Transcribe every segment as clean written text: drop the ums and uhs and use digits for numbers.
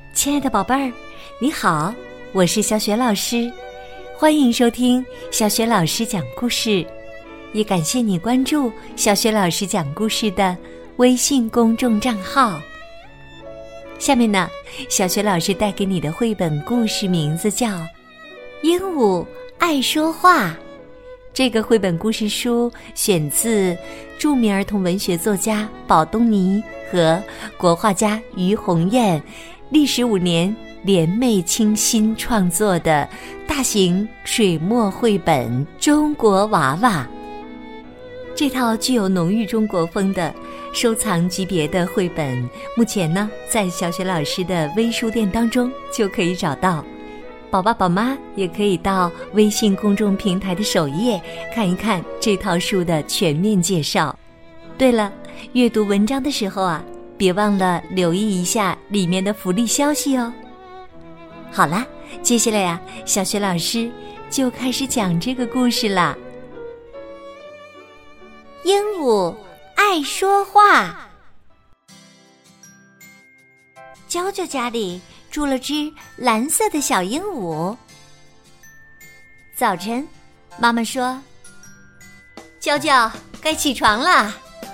亲爱的宝贝儿，你好，我是小雪老师，欢迎收听小雪老师讲故事，也感谢你关注小雪老师讲故事的微信公众账号。下面呢，小雪老师带给你的绘本故事名字叫《鹦鹉爱说话》。这个绘本故事书选自著名儿童文学作家宝东尼和国画家于红艳历时5年联袂倾心创作的大型水墨绘本《中国娃娃》。这套具有浓郁中国风的收藏级别的绘本，目前呢，在小雪老师的微书店当中就可以找到。宝爸宝妈也可以到微信公众平台的首页看一看这套书的全面介绍。对了，阅读文章的时候啊，别忘了留意一下里面的福利消息哦。好啦，接下来呀，小雪老师就开始讲这个故事啦。鹦鹉爱说话。娇娇家里住了只蓝色的小鹦鹉。早晨，妈妈说：“娇娇，该起床啦。”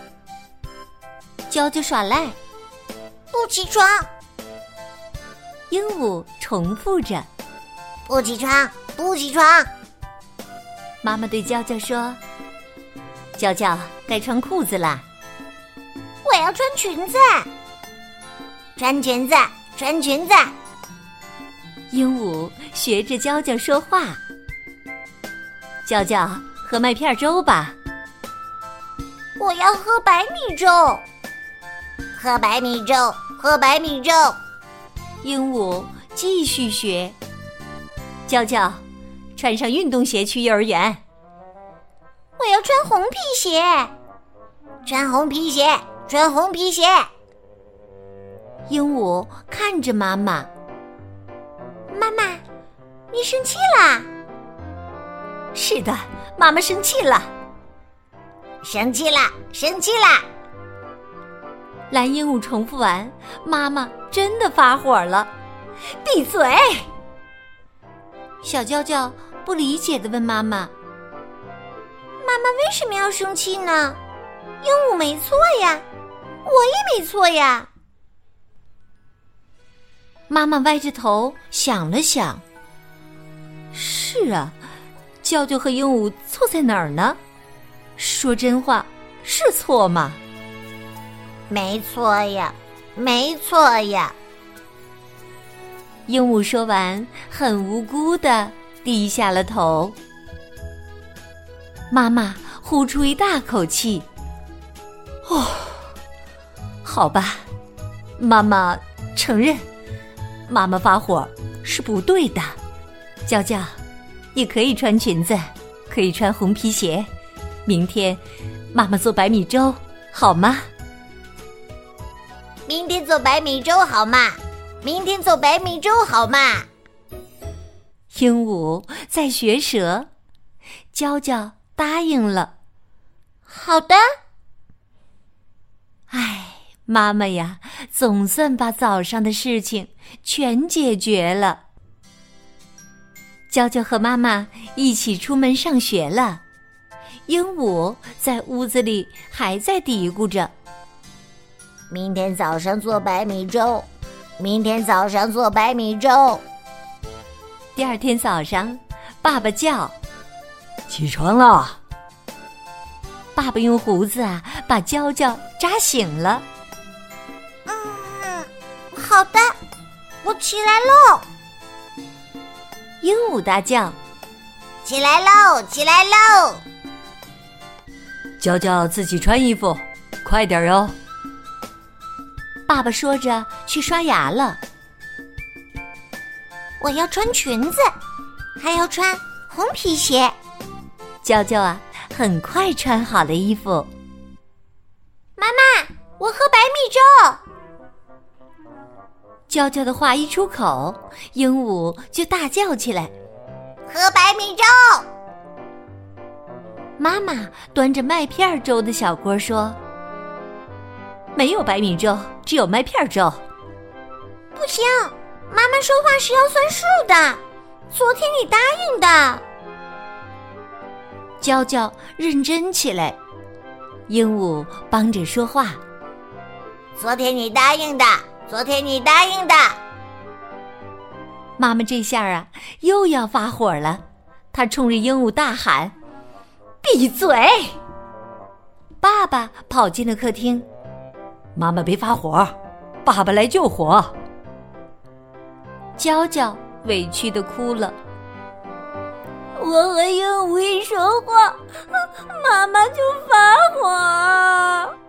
娇娇耍赖：“ 不起床。” 鹦鹉重复着：“ 不起床，不起床。” 妈妈对娇娇说：“娇娇，该穿裤子啦。” 我要穿裙子。穿裙子，穿裙子。 鹦鹉学着娇娇说话：“娇娇，喝麦片粥吧。” 我要喝白米粥。喝白米粥，喝白米粥。 鹦鹉继续学：“娇娇，穿上运动鞋去幼儿园。” 我要穿红皮鞋。穿红皮鞋，穿红皮鞋。 鹦鹉看着妈妈：“ 妈妈，你生气啦？”“ 是的，妈妈生气了。”“ 生气啦，生气啦。” 蓝鹦鹉重复完，妈妈真的发火了：“闭嘴！”小娇娇不理解地问妈妈：“ 妈妈为什么要生气呢？鹦鹉没错呀，我也没错呀。” 妈妈歪着头想了想：“是啊，娇娇和鹦鹉错在哪儿呢？说真话是错吗？”“ 没错呀，没错呀。” 鹦鹉说完，很无辜地低下了头。妈妈呼出一大口气：“哦，好吧，妈妈承认，妈妈发火是不对的。娇娇，你可以穿裙子，可以穿红皮鞋。明天妈妈做白米粥，好吗？”“ 明天做白米粥好吗？明天做白米粥好吗？” 鹦鹉在学舌，娇娇答应了：“ 好的。” 唉，妈妈呀，总算把早上的事情全解决了。娇娇和妈妈一起出门上学了，鹦鹉在屋子里还在嘀咕着：“ 明天早上做白米粥，明天早上做白米粥。” 第二天早上，爸爸叫：“ 起床了。” 爸爸用胡子把娇娇扎醒了。 “好的，我起来喽。” 鹦鹉大叫：“ 起来喽，起来喽！” 娇娇自己穿衣服，快点哟。 爸爸说着去刷牙了。 “我要穿裙子，还要穿红皮鞋。” 娇娇很快穿好了衣服。 “妈妈，我喝白米粥。” 娇娇的话一出口，鹦鹉就大叫起来：“ 喝白米粥！” 妈妈端着麦片粥的小锅说：“没有白米粥，只有麦片粥。” 不行， 妈妈说话是要算数的，昨天你答应的。 娇娇认真起来，鹦鹉帮着说话。 昨天你答应的，昨天你答应的。 妈妈这下啊，又要发火了，她冲着鹦鹉大喊：“闭嘴！”爸爸跑进了客厅。 妈妈别发火，爸爸来救火。 娇娇委屈地哭了。 我和鹦鹉一说话，妈妈就发火。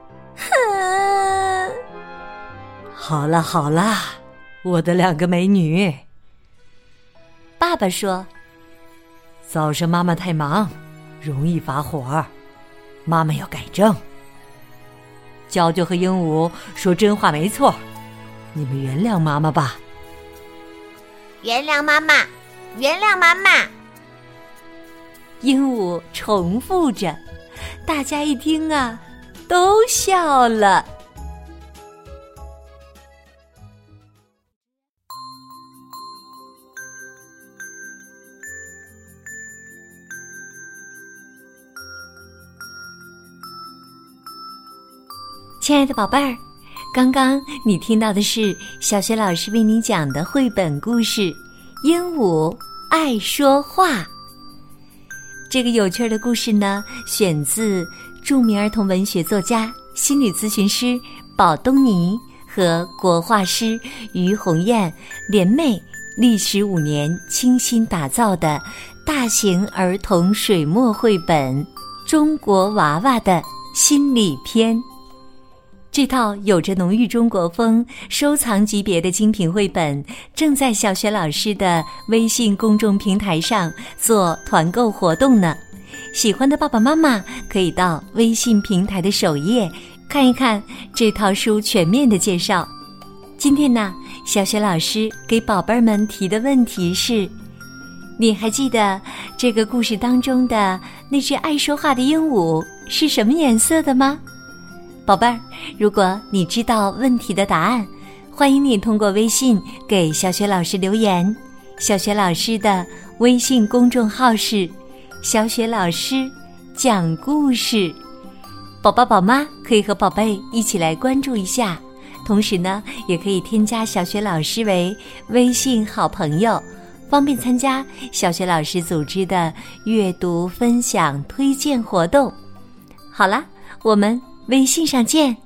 好了好了，我的2个美女。 爸爸说：“ 早上妈妈太忙，容易发火，妈妈要改正。娇娇和鹦鹉说真话没错，你们原谅妈妈吧。” 原谅妈妈，原谅妈妈。 鹦鹉重复着，大家一听啊，都笑了。亲爱的宝贝儿，刚刚你听到的是小学老师为你讲的绘本故事《鹦鹉爱说话》。这个有趣的故事呢，选自著名儿童文学作家、心理咨询师宝东尼和国画师于红艳联袂历时5年精心打造的大型儿童水墨绘本《中国娃娃的心理篇》。这套有着浓郁中国风、收藏级别的精品绘本正在小学老师的微信公众平台上做团购活动呢。喜欢的爸爸妈妈可以到微信平台的首页看一看这套书全面的介绍。今天呢，小学老师给宝贝们提的问题是：你还记得这个故事当中的那只爱说话的鹦鹉是什么颜色的吗？宝贝儿，如果你知道问题的答案，欢迎你通过微信给小雪老师留言。小雪老师的微信公众号是小雪老师讲故事，宝宝宝妈可以和宝贝一起来关注一下，同时呢，也可以添加小雪老师为微信好朋友，方便参加小雪老师组织的阅读分享推荐活动。好啦，我们微信上见。